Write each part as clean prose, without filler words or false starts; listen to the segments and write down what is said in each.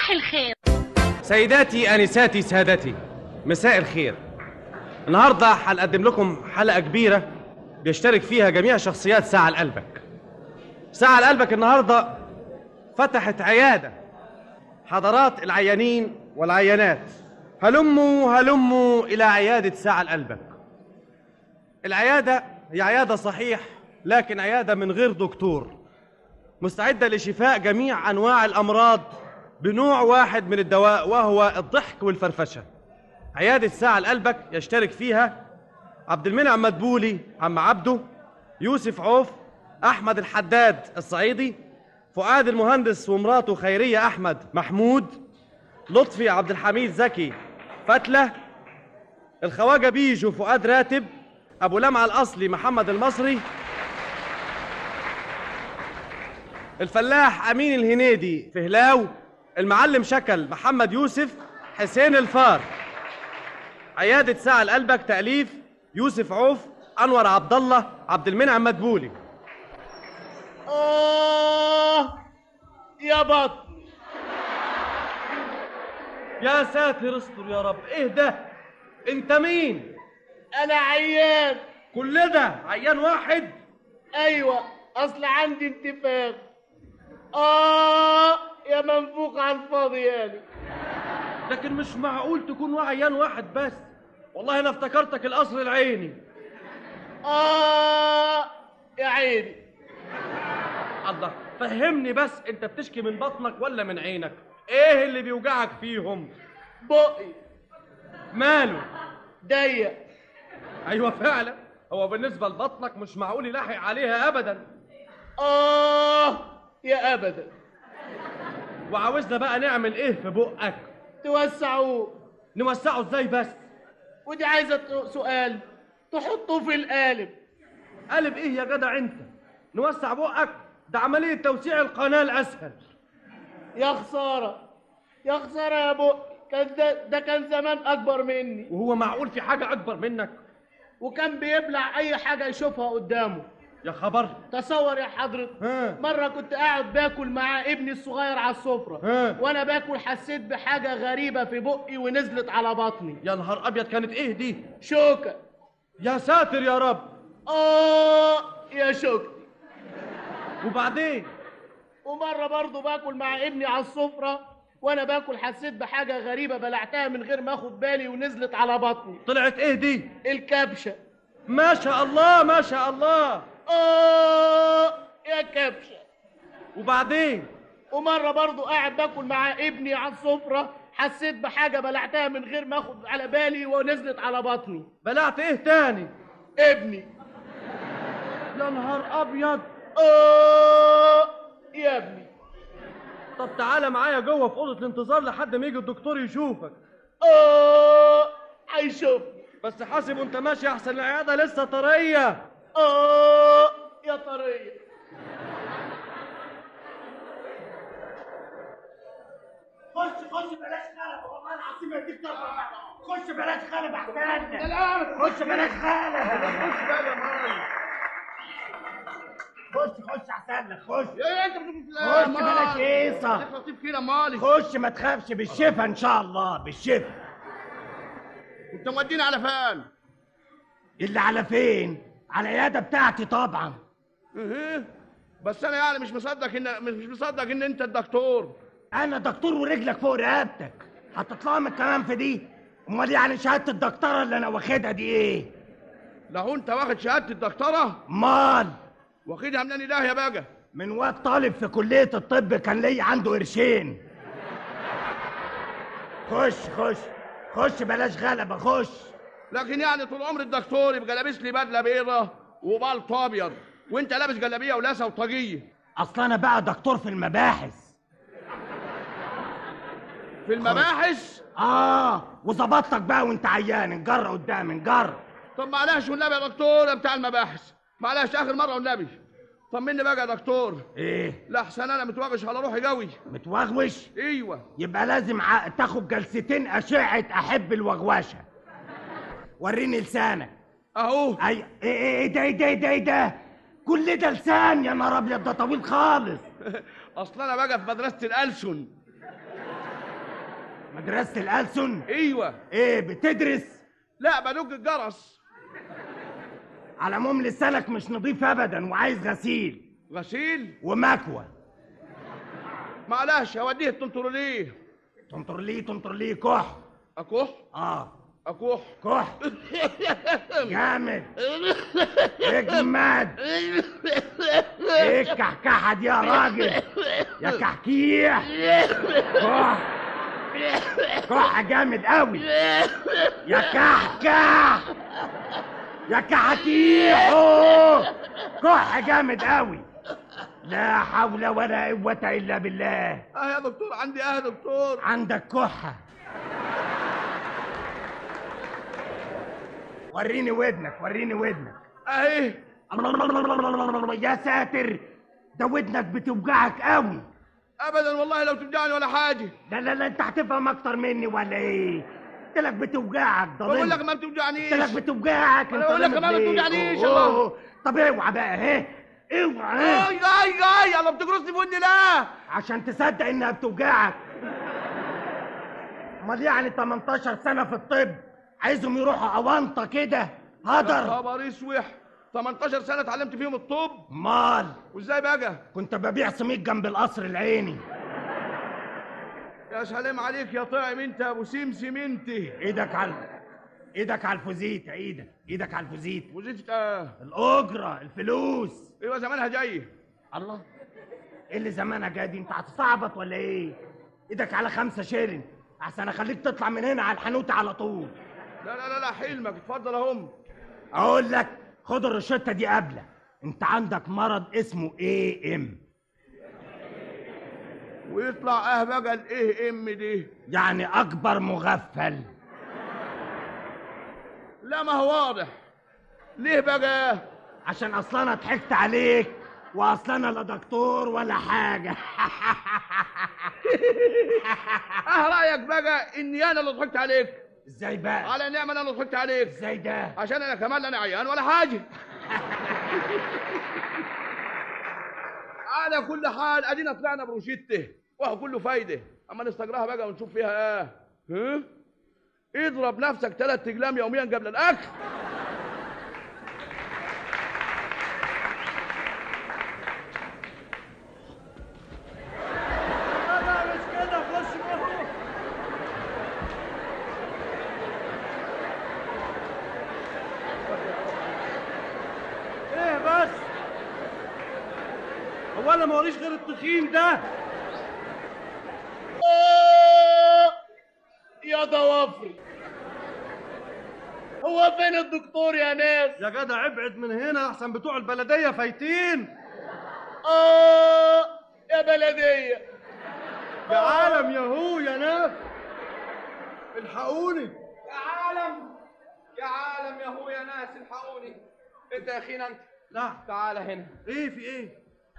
صباح الخير. سيداتي انساتي سادتي، مساء الخير. النهارده هنقدم لكم حلقه كبيره بيشترك فيها جميع شخصيات ساعة لقلبك. ساعة لقلبك النهارده فتحت عياده حضرات العيانين والعيانات. هلموا الى عياده ساعة لقلبك. العياده هي عياده صحيح، لكن عياده من غير دكتور، مستعده لشفاء جميع انواع الامراض بنوع واحد من الدواء، وهو الضحك والفرفشه. عياده ساعة لقلبك يشترك فيها عبد المنعم مدبولي عم عبده، يوسف عوف، احمد الحداد الصعيدي، فؤاد المهندس ومراته خيريه احمد محمود، لطفي عبد الحميد زكي فتله، الخواجه بيجو فؤاد راتب، ابو لمعه الاصلي محمد المصري، الفلاح امين الهنيدي فهلاو، المعلم شكل محمد يوسف، حسين الفار. عياده ساعة لقلبك تاليف يوسف عوف، انور عبد الله، عبد المنعم مدبولي. يا بطن، يا ساتر استر يا رب، ايه ده؟ انت مين؟ انا عيان. كل ده عيان واحد؟ ايوه، اصل عندي انتفاخ. يا منفوخ على الفاضي يعني. لكن مش معقول تكون عيان واحد بس، والله انا افتكرتك القصر العيني. يا عيني. الله، فهمني بس، انت بتشكي من بطنك ولا من عينك؟ ايه اللي بيوجعك فيهم؟ بقي. ماله؟ ضيق. ايوه فعلا، هو بالنسبه لبطنك مش معقول يلاحق عليها ابدا. يا ابدا. وعاوزنا بقى نعمل ايه في بقك؟ توسعوه. نوسعه ازاي بس؟ ودي عايزه سؤال، تحطوه في القالب. قالب ايه يا جدع انت؟ نوسع بقك؟ ده عمليه توسيع القناه الاسهل. يا خساره، يا خساره يا بقي، كان ده كان زمان اكبر مني. وهو معقول في حاجه اكبر منك؟ وكان بيبلع اي حاجه يشوفها قدامه. يا خبر. تصور يا حضرتك، مره كنت قاعد باكل مع ابني الصغير على السفره، وانا باكل حسيت بحاجه غريبه في بقي ونزلت على بطني. يا نهار ابيض، كانت ايه دي؟ شوكه. يا ساتر يا رب. يا شوكتي. وبعدين؟ ومره برضه باكل مع ابني على السفره، وانا باكل حسيت بحاجه غريبه بلعتها من غير ما اخد بالي ونزلت على بطني. طلعت ايه دي؟ الكبشه. ما شاء الله ما شاء الله. يا كبشه. وبعدين؟ ومره برضه قاعد باكل مع ابني على السفره، حسيت بحاجه بلعتها من غير ما اخد على بالي ونزلت على بطني. بلعت ايه تاني؟ ابني. يا نهار ابيض. يا ابني. طب تعالى معايا جوه في اوضه الانتظار لحد ما يجي الدكتور يشوفك. هيشوفني، بس حاسب وانت ماشي احسن، العياده لسه طريه. يا طريه. خش بلاش خلف، والله العظيم يديك طبعا. خش بلاش خلف احسن. لا خش بلاش خلف. خش بقى يا ماي. خش احسن لك. خش يا انت خش بلاش هيصه. لطيف كده مالي. خش ما تخافش، بالشفا ان شاء الله، بالشفا. انت موديني على فين؟ اللي على فين؟ على العياده بتاعتي طبعا. بس انا يعني مش مصدق ان انت الدكتور. انا دكتور ورجلك فوق رقبتك، هتطلع من كمان في دي؟ امال يعني شهاده الدكتوره اللي انا واخدها دي ايه؟ لو انت واخد شهاده الدكتوره؟ مال واخدها منين ده يا بقى؟ من وقت طالب في كليه الطب كان ليا عنده قرشين. خش بلاش غلبه. خش. لكن يعني طول عمر الدكتور يبقى لابس لي بدله بيضه وبلط ابيض، وانت لابس جلابيه ولاسه وطاقيه. اصل انا بقى دكتور في المباحث. في المباحث؟ وظبطتك بقى وانت عيان. انجر قدام انجر. طب معلش والنبي يا دكتور بتاع المباحث، معلش اخر مره والنبي طمني بقى يا دكتور. ايه؟ لا احسن انا متوغش على روحي قوي. متوغوش؟ ايوه. يبقى لازم تاخد جلستين اشعه احب الوغوشه. وريني لسانك اهو. ايه ده كل ده لسان؟ يا نهار ابيض، ده طويل خالص. اصل انا بقى في مدرسه الألسن. مدرسة الألسن؟ ايوه. ايه بتدرس؟ لا بدق الجرس. على العموم لسانك مش نظيف ابدا وعايز غسيل. غسيل ومكوى. معلش اوديه التنطروليه. تنطر ليه كح. اكح. اكح. كح. جامد. اجمد. ايه الكحكحه دي يا راجل؟ يا كحكيح. كح. كح جامد قوي. يا كحكح. يا كحكيحو. كح جامد قوي. لا حول ولا قوة إلا بالله. يا دكتور عندي يا دكتور. عندك كحة. وريني ودنك. اهي. يا ساتر، ده ودنك بتوجعك قوي. ابدا والله لو توجعني ولا حاجه. لا انت هتفهم اكتر مني ولا ايه؟ قلت لك بتوجعك. ده بقول لك ما بتوجعنيش. قلت لك بتوجعك. انا بقول لك ما بتوجعنيش. الله. طب اوعى بقى اهي. اوعى. اي يلا بتجرسني في ودني لا عشان تصدق انها بتوجعك. امال يعني 18 سنه في الطب عايزهم يروحوا اونطه كده هدر؟ خبر اسوح. 18 سنه اتعلمت فيهم الطب. مال وازاي بقى؟ كنت ببيع سميك جنب القصر العيني. يا سلام عليك يا طاعم انت يا ابو سمسم انت. ايدك على الفوزيتا. ايدك على الفوزيتا. فوزيتا الاجره الفلوس. ايوه زمانها جاي. الله، ايه اللي زمانها جاي دي؟ انت هتستعبط ولا ايه؟ ايدك على 5 شيرن احسن اخليك تطلع من هنا على الحانوت على طول. لا حلمك اتفضل اهم. اقول لك خد الروشته دي قبله. انت عندك مرض اسمه AM. ويطلع بقى الايه ام دي؟ يعني اكبر مغفل. لا ما هو واضح. ليه بقى؟ عشان اصلا انا ضحكت عليك واصلا انا لا دكتور ولا حاجه. رايك بقى اني انا اللي ضحكت عليك؟ ازاي بقى؟ على نعمه انا اللي ضحكت عليك. ازاي ده؟ عشان انا كمان لا انا عيان ولا حاجه. على كل حال ادينا طلعنا بروشته وهو كله فايده. اما نستجراها بقى ونشوف فيها ها؟ اضرب نفسك 3 اقلام يوميا قبل الاكل. لا مش كده. خش جوه. ايه بس؟ هو انا ما وريش غير التخين ده؟ يا ضوافري، هو فين الدكتور يا ناس؟ يا جدع ابعد من هنا احسن بتوع البلديه فايتين. يا بلديه. يا عالم يا هو يا ناس الحقوني. يا عالم يا هو يا ناس الحقوني. انت يا اخينا انت. لا تعال هنا. ايه في ايه؟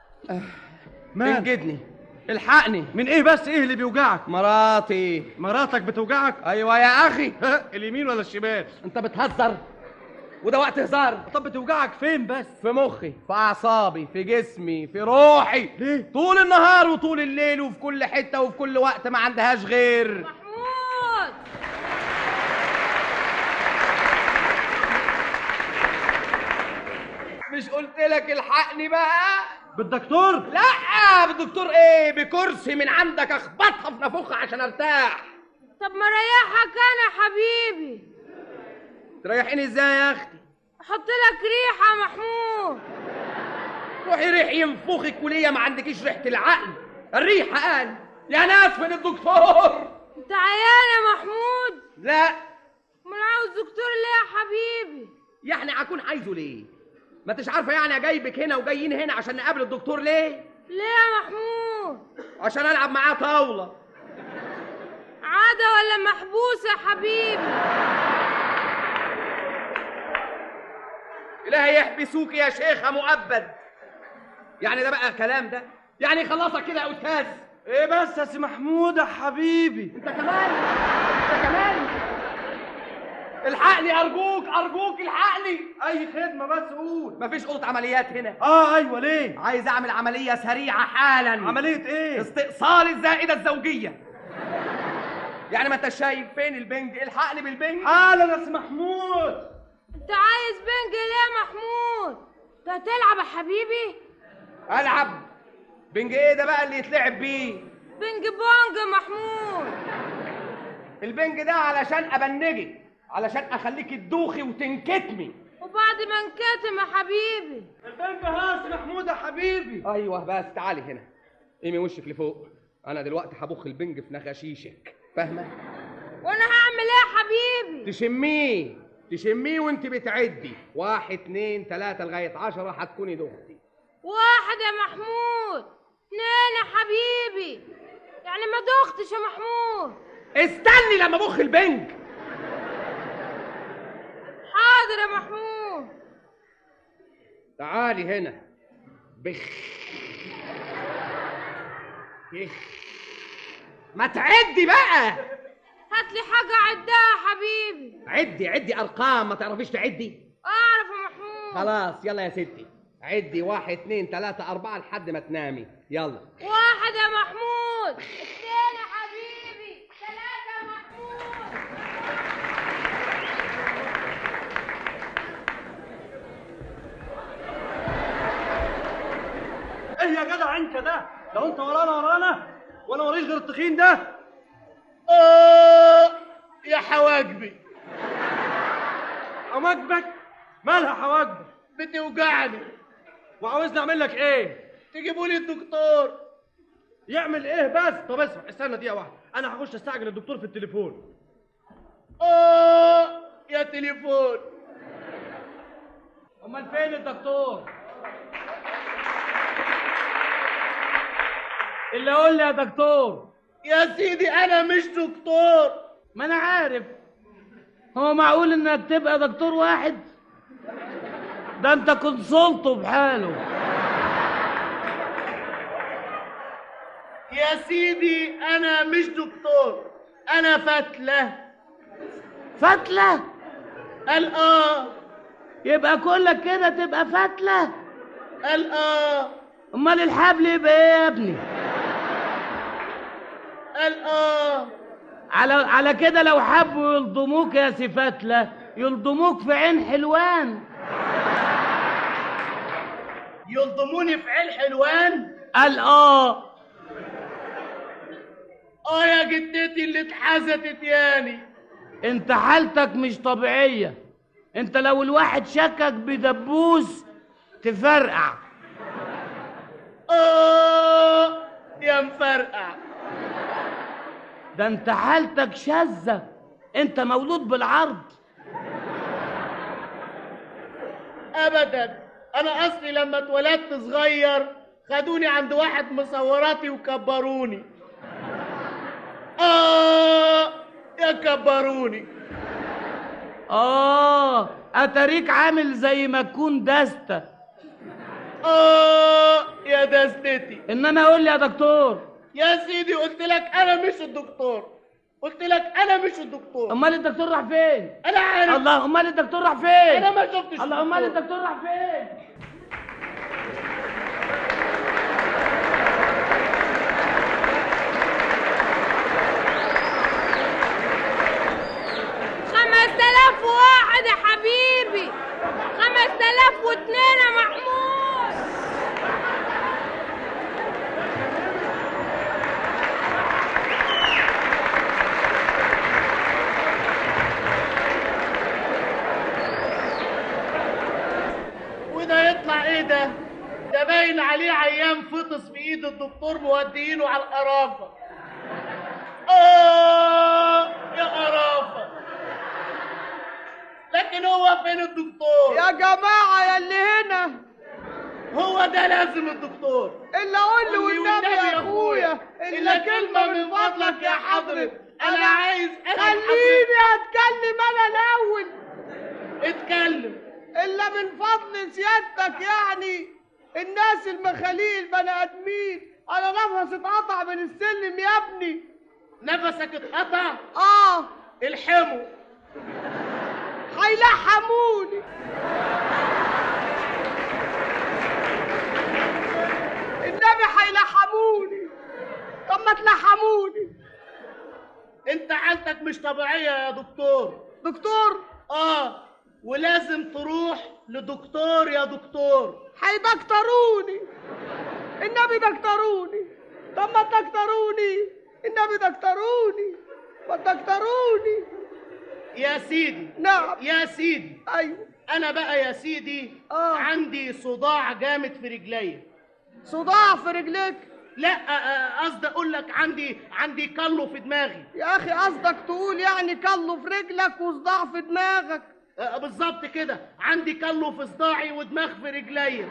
انجدني الحقني. من ايه بس؟ ايه اللي بيوجعك؟ مراتك بتوجعك؟ ايوه يا اخي. اليمين ولا الشمال؟ انت بتهزر وده وقت هزار. طب بتوجعك فين بس؟ في مخي، في اعصابي، في جسمي، في روحي. ليه؟ طول النهار وطول الليل وفي كل حته وفي كل وقت ما عندهاش غير محمود. مش قلت لك الحقني بقى؟ بالدكتور؟ لا بالدكتور ايه؟ بكرسي من عندك اخبطها في نافوخها عشان ارتاح. طب ما ريحك انا حبيبي. تريحيني ازاي يا اختي؟ احط لك ريحه يا محمود. روحي ريحي ينفخك وليا ما عندكيش ريحه العقل. الريحه قال يا ناس فين الدكتور؟ انت عيان يا محمود؟ لا. امال عاوز دكتور ليه يا حبيبي؟ يعني اكون عايزه ليه؟ ما انتش عارفه يعني جايبك هنا وجايين هنا عشان نقابل الدكتور ليه؟ ليه يا محمود؟ عشان العب معاه طاوله. عادة ولا محبوس يا حبيبي؟ إلهي يحبسوك يا شيخة مؤبد. يعني ده بقى كلام ده؟ يعني خلصك كده يا أستاذ. ايه بس يا سي محمود يا حبيبي؟ انت كمان الحقني ارجوك الحقني. اي خدمه بس قول. مفيش اوضه عمليات هنا؟ ايوه ليه؟ عايز اعمل عمليه سريعه حالا. عمليه ايه؟ استئصال الزائده الزوجيه. يعني ما انت شايف فين البنج؟ الحقني بالبنج حالا يا سي محمود. انت عايز بنج ليه يا محمود؟ انت هتلعب يا حبيبي؟ العب بنج ايه ده بقى اللي يتلعب بيه؟ بنج بونج يا محمود. البنج ده علشان ابنجك، علشان اخليك تدوخي وتنكتمي. وبعد ما انكتم يا حبيبي. البنج اهو يا سي محمود يا حبيبي. ايوه بس تعالي هنا، قيمي وشك لفوق، انا دلوقتي هبخ البنج في نخاشيشك، فاهمه؟ وانا هعمل ايه يا حبيبي؟ تشميه وانت بتعدي 1 2 3 لغايه 10 هتكوني دختي. 1 يا محمود، 2 يا حبيبي، يعني ما دختش يا محمود. استني لما ابخ البنج. حاضر يا محمود. تعالي هنا. بخ ما تعدي بقى. هات لي حاجة عدها يا حبيبي. عدي ارقام، ما تعرفيش تعدي؟ اعرف يا محمود. خلاص يلا يا ستي، عدي 1 2 3 4 لحد ما تنامي، يلا. 1 يا محمود، 2 يا حبيبي، 3 يا محمود. ايه يا جدع انت ده؟ لو انت ورانا وانا وريش غير التخين ده. يا حواجبي. حواجبك؟ مالها حواجبك؟ بتوجعني. وعاوزني اعمل لك ايه؟ تجيبوا لي الدكتور. يعمل ايه بس؟ طب اسمع، استنى دقيقة واحدة، انا هخش استعجل الدكتور في التليفون. يا تليفون. امال فين الدكتور؟ اللي قول لي يا دكتور. يا سيدي انا مش دكتور. ما انا عارف. هو معقول انك تبقى دكتور واحد؟ ده انت كونسلته بحاله. يا سيدي انا مش دكتور، انا فتلة. فتلة؟ قال يبقى كلك كده تبقى فتلة؟ قال امال الحبل يبقى ايه يا ابني؟ قال على كده لو حبوا يلضموك يا سي فتلة يلضموك في عين حلوان. يلضموني في عين حلوان؟ قال يا جدتي اللي اتحزتت ياني. انت حالتك مش طبيعية، انت لو الواحد شكك بدبوس تفرقع. يا مفرقع. ده انت حالتك شاذة، انت مولود بالعرض. ابدا، انا اصلي لما اتولدت صغير خدوني عند واحد مصوراتي وكبروني. يا كبروني. اتاريك عامل زي ما تكون دستة. يا دستتي. انما قول لي يا دكتور. يا سيدي قلت لك انا مش الدكتور، قلت لك انا مش الدكتور. امال الدكتور راح فين؟ انا عارف. الله، امال الدكتور راح فين؟ انا ما شفتش. الله، امال الدكتور راح فين؟ يا حبيبي، 5002 يا محمود. وده يطلع ايه ده؟ ده باين عليه عيان فطس في ايد الدكتور موديينه على القرافه. يا قرافه. لكن هو فين الدكتور؟ يا جماعة يا اللي هنا، هو ده لازم الدكتور. إلا قول لي والنبي يا أخويا إلا كلمة من فضلك يا حضرة. أنا عايز خليني أتكلم أنا الأول. اتكلم. إلا من فضل سيادتك، يعني الناس المخاليق بني آدمين. أنا نفسي اتقطع من السلم يا ابني. نفسك اتقطع؟ الحموا. هيلحموني. النبي هيلحموني. طب ما تلحموني. انت سيادتك مش طبيعية يا دكتور. دكتور؟ ولازم تروح لدكتور يا دكتور. هيدكتروني النبي، دكتروني. طب ما تدكتروني النبي، دكتروني، ما تدكتروني يا سيدي. نعم يا سيدي. ايوه. انا بقى يا سيدي عندي صداع جامد في رجليا. صداع في رجليك؟ لا، قصدي اقول لك عندي كلو في دماغي. يا اخي قصدك تقول يعني كلو في رجلك وصداع في دماغك؟ بالظبط كده، عندي كلو في صداعي ودماغ في رجليا.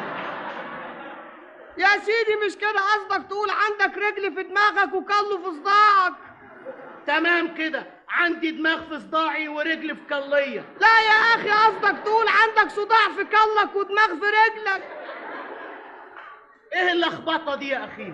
يا سيدي مش كده قصدك تقول عندك رجل في دماغك وكلو في صداعك؟ تمام كده، عندي دماغ في صداعي ورجل في كلية. لا يا اخي قصدك تقول عندك صداع في كلك ودماغ في رجلك. ايه اللخبطة دي يا اخي؟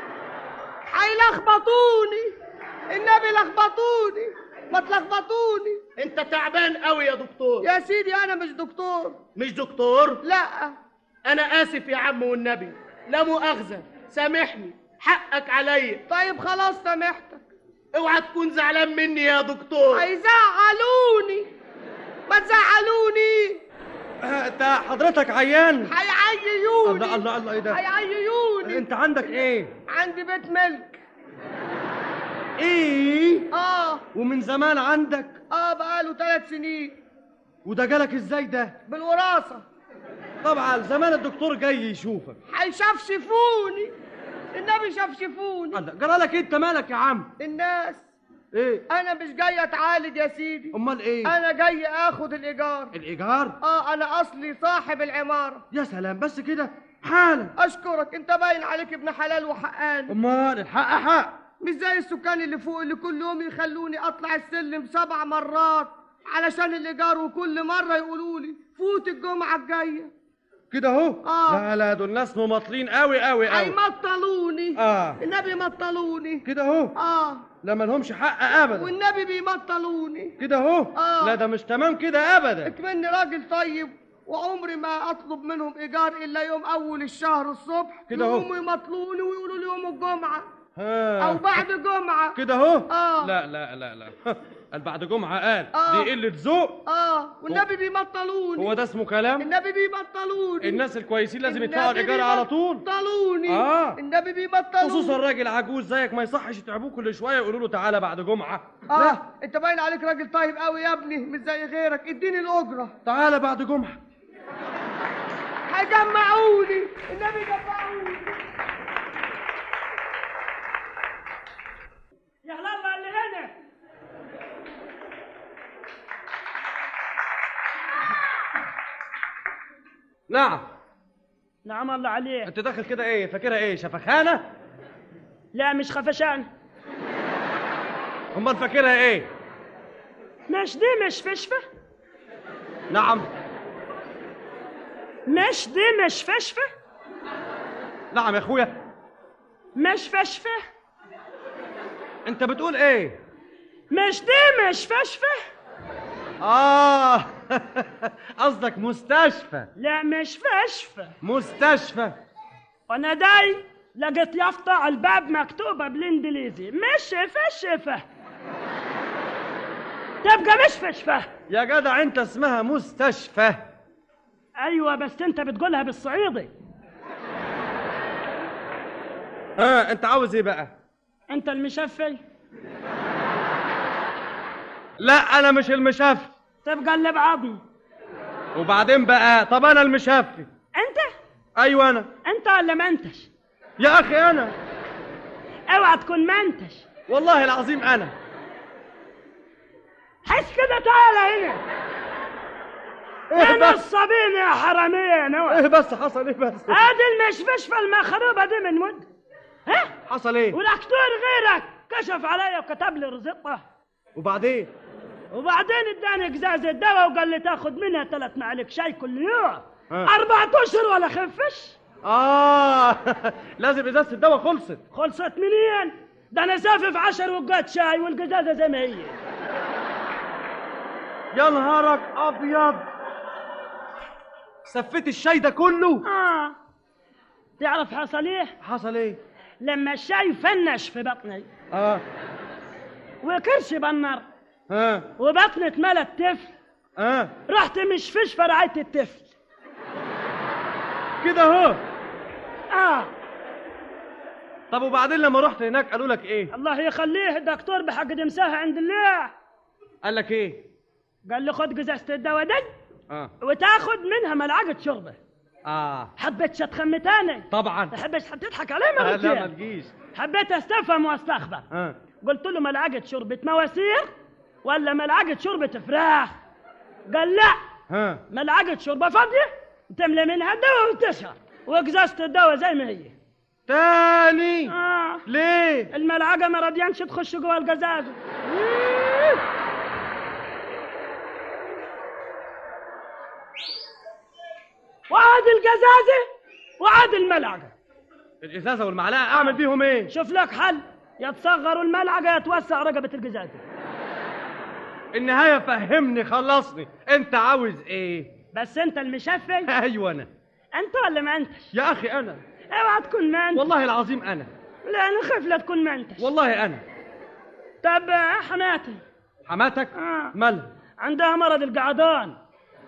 هيلخبطوني النبي، لخبطوني، ما تلخبطوني. انت تعبان قوي يا دكتور. يا سيدي انا مش دكتور. مش دكتور؟ لا. انا اسف يا عم والنبي، لا مؤاخذة، سامحني، حقك عليا. طيب خلاص سامحتك. اوعى تكون زعلان مني يا دكتور. هيزعلوني، ما تزعلوني. انت حضرتك عيان؟ هيعيوني. الله الله الله، ايه ده؟ هيعيوني. انت عندك ايه؟ عندي بيت ملك. ايه؟ ومن زمان عندك؟ بقاله 3 سنين. وده جالك ازاي ده؟ بالوراثة. طبعا زمان الدكتور جاي يشوفك. هيشفشفوني النبي، شفشفوني. الله، جرالك ايه؟ انت مالك يا عم؟ الناس. ايه؟ انا مش جاي اتعالج يا سيدي. امال ايه؟ انا جاي اخد الايجار. الايجار؟ انا اصلي صاحب العمارة. يا سلام، بس كده حالا؟ اشكرك، انت باين عليك ابن حلال وحقاني. امال الحق حق، مش زي السكان اللي فوق اللي كل يوم يخلوني اطلع السلم 7 مرات علشان الايجار، وكل مرة يقولوا لي فوت الجمعة الجاية كده اهو. لا لا، دول ناس مماطلين قوي قوي قوي. هيمطلوني. النبي مطلوني كده اهو. لا مالهمش حق ابدا، والنبي بيمطلوني كده اهو. لا ده مش تمام كده ابدا. اكمني راجل طيب، وعمري ما اطلب منهم ايجار الا يوم اول الشهر الصبح كده اهو. يقوموا يمطلوني ويقولوا لي يوم الجمعة او بعد جمعة كده اهو. لا لا لا لا قال بعد جمعة، قال دي قلة ذوق. والنبي بيمطلوني. هو ده اسمه كلام؟ النبي بيمطلوني. الناس الكويسين لازم يدفعوا الايجار على طول. بيمطلوني. النبي بيمطلوني، خصوصا راجل عجوز زيك ما يصحش يتعبوه كل شويه يقولوا له تعالى بعد جمعه. انت باين عليك راجل طيب قوي يا ابني، مش زي غيرك. اديني الاجره. تعالى بعد جمعه. هيجمعوني النبي، جمعوني. يا الله اللي هنا. نعم. نعم الله عليك. انت داخل كده ايه؟ فاكرها ايه؟ شفخانه؟ لا مش خفشان. امال فاكرها ايه؟ مش دي مش فشفه؟ نعم. مش دي مش فشفه؟ نعم يا اخويا. مش فشفه؟ انت بتقول ايه؟ مش دي مش فشفه؟ قصدك مستشفى. لا مش فشفه، مستشفى. وانا داي لقيت يافطة على الباب مكتوبة بالانجليزي مش فشفه، تبقى مش فشفه. يا جدع انت اسمها مستشفى. ايوه بس انت بتقولها بالصعيدي. انت عاوز ايه بقى؟ انت المشفي؟ لا انا مش المشفي. تبقى اللي بعضني. وبعدين بقى، طب انا المشفي. انت؟ ايوه انا. انت ولا ما انتش؟ يا اخي انا. اوعى تكون ما انتش. والله العظيم انا. حس كده، تعالى هنا. ايه بس نصابين يا حرامية. ايه بس حصل ايه بس؟ ادي المشفشفة المخروبة دي من مدة. ها؟ حصل ايه؟ والدكتور غيرك كشف عليا وكتب لي رزقة. وبعدين اداني ازازة دواء وقال لي تاخد منها 3 معالق شاي كل يوم. 4 أشهر ولا خفش. لازم ازازة الدواء خلصت منين؟ ده انا سافف 10 وقات شاي والقزازة زي ما هي. يا نهارك ابيض، سفيت الشاي ده كله؟ تعرف حصل ايه؟ حصل ايه؟ لما الشاي فنش في بطني. وكرش بنر ها وبطني اتملت طفل رحت مش فيش فرعيت الطفل كده اهو. طب وبعدين لما رحت هناك قالوا لك ايه؟ الله يخليه الدكتور بحق دمساها عند الله. قال لك ايه؟ قال لي خد جزازة الدواء دي وتاخد منها ملعقة شوربة. حبيت تخمي تاني؟ طبعا. حبيت تضحك عليه مرتين؟ لا ما تجيش. حبيت استفهم واستخبر. قلت له ملعقة شوربة مواسير ولا ملعقة شوربة فراخ؟ قال لا ملعقة شوربة فاضية تملي منها الدواء وتشرب وجزازة الدواء زي ما هي. تاني؟ ليه؟ الملعقة ما رضيانش تخش جوه الجزازة. وعاد الجزازة وعاد الملعقة. الإزازة والمعلقة أعمل بيهم إيه؟ شوف لك حل، يا تصغروا الملعقة يا توسع رقبة الجزازة. النهاية فهمني خلصني، أنت عاوز إيه؟ بس أنت المشفي؟ أيوه أنا. أنت ولا ما أنتش؟ يا أخي أنا. اوعى تكون ما أنت. والله العظيم أنا. لا أنا خايف لا تكون ما أنتش. والله أنا. طب حماتي. حماتك؟ مالها؟ عندها مرض القعدان.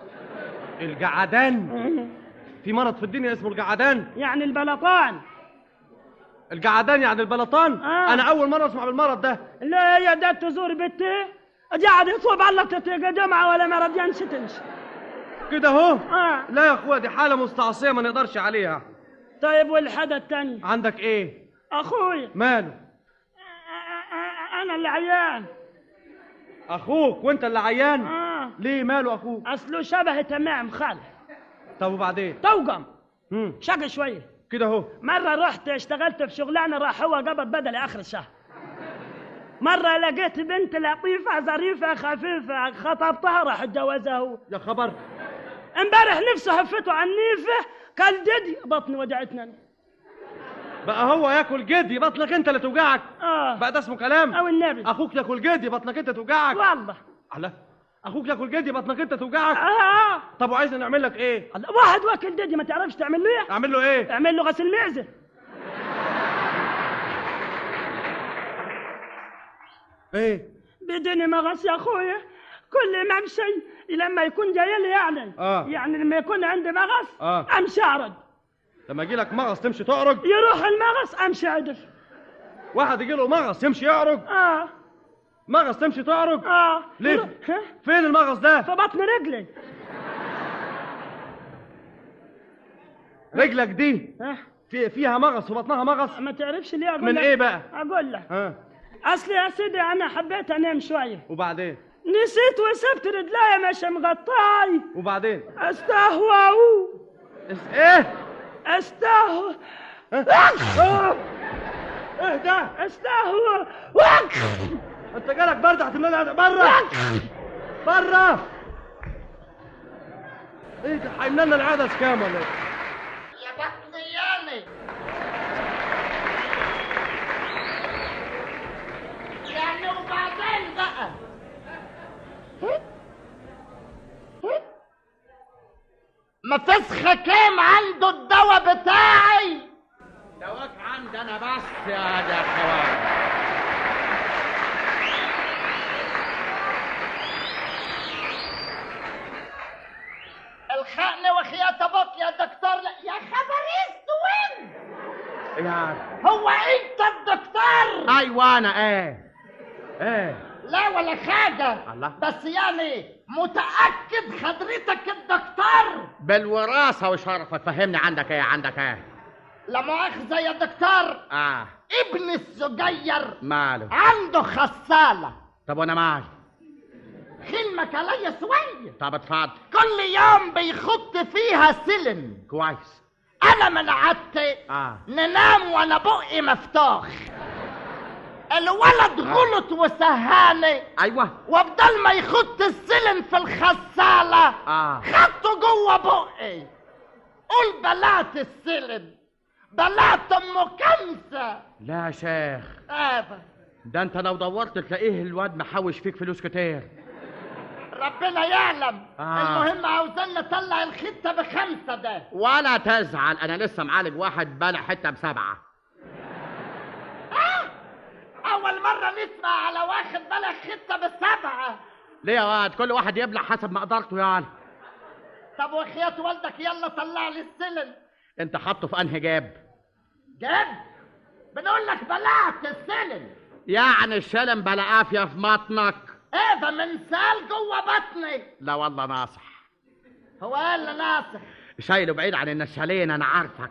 القعدان؟ في مرض في الدنيا اسمه القعدان؟ يعني البلطان. القعدان يعني البلطان؟ أنا أول مرة أسمع بالمرض ده. لا هي ده تزور بنتي قاعد يطلب على تتيجا جمعة ولا مرض ينشتنش. كده أهو؟ لا يا أخويا دي حالة مستعصية ما نقدرش عليها. طيب والحدا التاني؟ عندك إيه؟ أخوي. ماله؟ أنا اللي عيان. أخوك وأنت اللي عيان؟ ليه ماله أخوك؟ أصله شبه تمام خالح. طب وبعدين؟ توقم. شقي شوية. كده أهو. مرة رحت اشتغلت في شغلانة راح هو قبض بدلي آخر الشهر. مرة لقيت بنت لطيفة ظريفة خفيفة خطبتها راح اتجوزها هو. يا خبر. امبارح نفسه هفته عن نيفه كل جدي بطني وجعتنا. بقى هو ياكل جدي بطنك انت اللي توجعك؟ بقى ده اسمه كلام؟ او النبي. اخوك ياكل جدي بطنك انت توجعك؟ والله. الله. اخوك ياكل جدي بطنك انت توجعك؟ طب وعايزنا نعمل لك ايه؟ واحد واكل جدي ما تعرفش تعمل له ايه؟ اعمل له ايه؟ اعمل له غسيل معزه. ايه؟ بدني مغص يا اخويا كل ما امشي لما يكون جاي لي يعني يعني لما يكون عندي مغص امشي اعرج. لما يجي لك مغص تمشي تعرج؟ يروح المغص امشي عدل. واحد يجي له مغص يمشي يعرج؟ مغص تمشي تعرج؟ ليه؟ فين المغص ده؟ في بطن رجلي. رجلك دي فيها مغص وبطنها مغص؟ ما تعرفش ليه اقول من لك؟ ايه بقى؟ اقول لك اصلي يا سيدي انا حبيت انام شويه. وبعدين؟ نسيت وسبت رجلي مش مغطاي. وبعدين؟ استهوى. ايه؟ استهوى. ايه ده؟ استهوى. انت جالك برد هتملى بره بره. ايه ده هيملى لنا العدس كام ولا ايه؟ يا بخت زياني يعني وبعدين بقى ما فسخة كام عنده الدواء بتاعي؟ دواك عندي انا بس يا ده خوان. الحقني وخيات ابوك يا دكتور. يا خبر اسود يعني هو انت الدكتور؟ ايوه انا لا ولا حاجة. الله. بس يعني متأكد حضرتك الدكتور؟ بالوراثة وشرفك. فهمني عندك ايه؟ لا مؤاخذة يا دكتور. ابن الصغير ماله؟ عنده خصالة. طب وانا مالي؟ خلمك عليا شوية. طب اتفضل. كل يوم بيخط فيها سلم. كويس. انا من عادتي ننام وانا بقي مفتوح. الولد غلط وسهاني. ايوه. وبدل ما يخط السلم في الخصالة خطه جوه بقي. قول بلعت السلم بلعت ام كنسة. لا يا شيخ. ده انت لو دورت تلاقيه الواد محوش فيك فلوس كتير. ربنا يعلم. المهم عاوزين نطلع الخطة ب5 ده. ولا تزعل انا لسه معالج واحد بلع حتة ب7. اول مره نسمع على واخد بالك خطه بالسبعه. ليه يا واد؟ كل واحد يبلع حسب مقدرته يعني. طب وخيات والدك يلا طلع لي السلم. انت حاطه في انهي جاب؟ جد؟ بنقول لك بلعت السلم. يعني الشلم بلا قافيه في بطنك؟ ايه ده من سال جوه بطني. لا والله ناصح. هو ايه اللي ناصح؟ شايله بعيد عن النشالين، انا عارفك.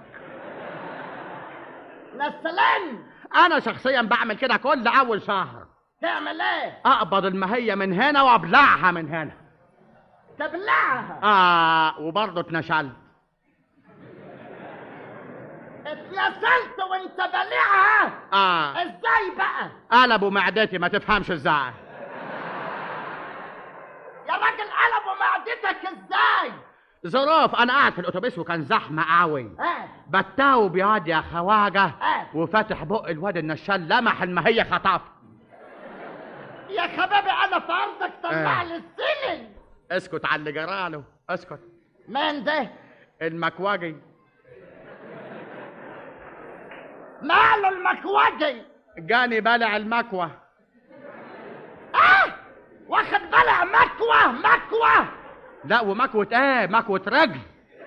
نسلين؟ انا شخصيا بعمل كده كل اول شهر. تعمل ايه؟ اقبض المهيه من هنا وابلعها من هنا. تبلعها؟ وبرضه اتنشلت. اتنسلت وانت بلعها؟ ازاي بقى؟ قلبوا معدتي ما تفهمش ازاي. يا راجل قلبوا معدتك ازاي؟ ظروف، انا قاعد في الاتوبيس وكان زحمه قوي. بتاو بياض يا خواجه. وفاتح بق الواد النشال لمح المهيه خطف. يا خبابي انا في ارضك طلع لي السلم. اسكت على اللي جراله، اسكت. مين ده؟ المكواجي. ماله المكواجي؟ جاني بلع المكوى. واخد بلع مكوى؟ لا ومكوة ايه؟ مكوة رجل.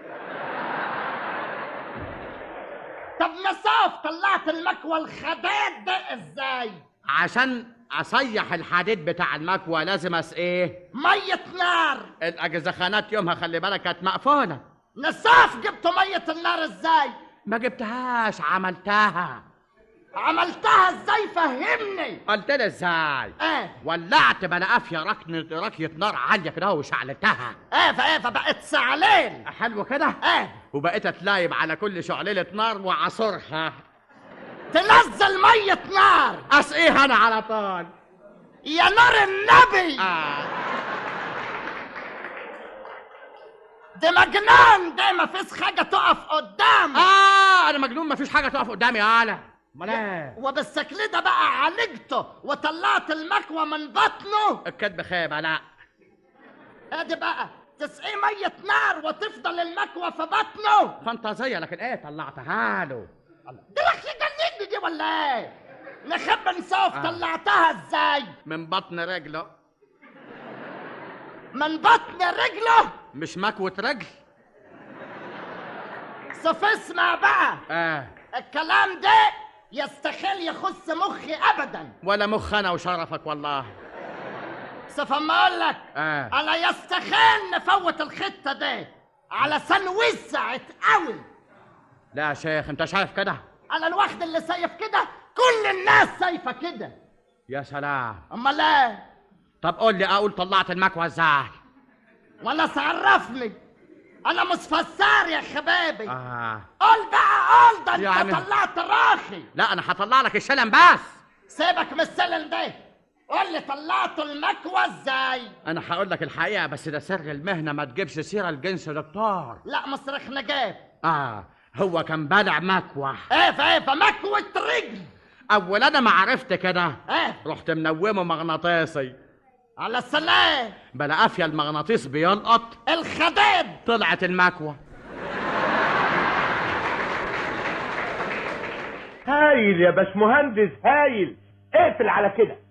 طب نصاف طلعت المكوى الخداد ده ازاي؟ عشان اصيح الحديد بتاع المكوى لازم ايه؟ مية نار. الاجزخانات يومها خلي بالك كانت مقفولة. نصاف جبت مية النار ازاي؟ ما جبتهاش، عملتها. عملتها ازاي؟ فهمني. قلت لي ازاي؟ ولعت بلا قافيه ركيه نار عاليه كده وشعلتها. فبقت سعلين. حلو كده؟ وبقيت اتلايب على كل شعلله نار وعصرها. تنزل ميه نار. اسقيها انا على طول. يا نار النبي. ده مجنون ده، مفيش حاجه تقف قدام. انا مجنون مفيش حاجه تقف قدامي يالا. امال ايه؟ وبالشكل ده بقى عالجته وطلعت المكوى من بطنه. الكدب خيبه. لا ادي بقى تسقيه ميه نار وتفضل المكوى في بطنه. فانتازيه، لكن ايه طلعتها له. دي رح يجنني دي ولا ايه؟ نخب نصاف. طلعتها ازاي؟ من بطن رجله. من بطن رجله؟ مش مكوة رجل. صف اسمع بقى. الكلام ده يستحيل يخص مخي ابدا. ولا مخ انا وشرفك والله. صف اما اقول لك انا يستحيل نفوت الخطه دي علشان وسعت قوي. لا يا شيخ انت شايف كده؟ انا الواحد اللي شايف كده، كل الناس شايفه كده. يا سلام. امال ايه؟ طب قول لي اقول طلعت المكوى ازاي؟ ولا تعرفني، انا مش فسار يا حبايبي. قول بقى قول، ده انت يعني طلعت راخي. لا انا هطلع لك الشلم بس. سيبك من السلم ده، قول لي طلعتوا المكوى ازاي؟ انا هقول لك الحقيقه بس ده سر المهنه، ما تجيبش سيره الجنس يا دكتور. لا مصرخ نجاب. هو كان بالع مكوى. فمكوة رجل. اول انا ما عرفت كده رحت منومه مغناطيسي على السلام. بلا قافيه المغناطيس بيلقط الخداد. طلعت المكوى. هايل يا باشمهندس هايل. اقفل على كده.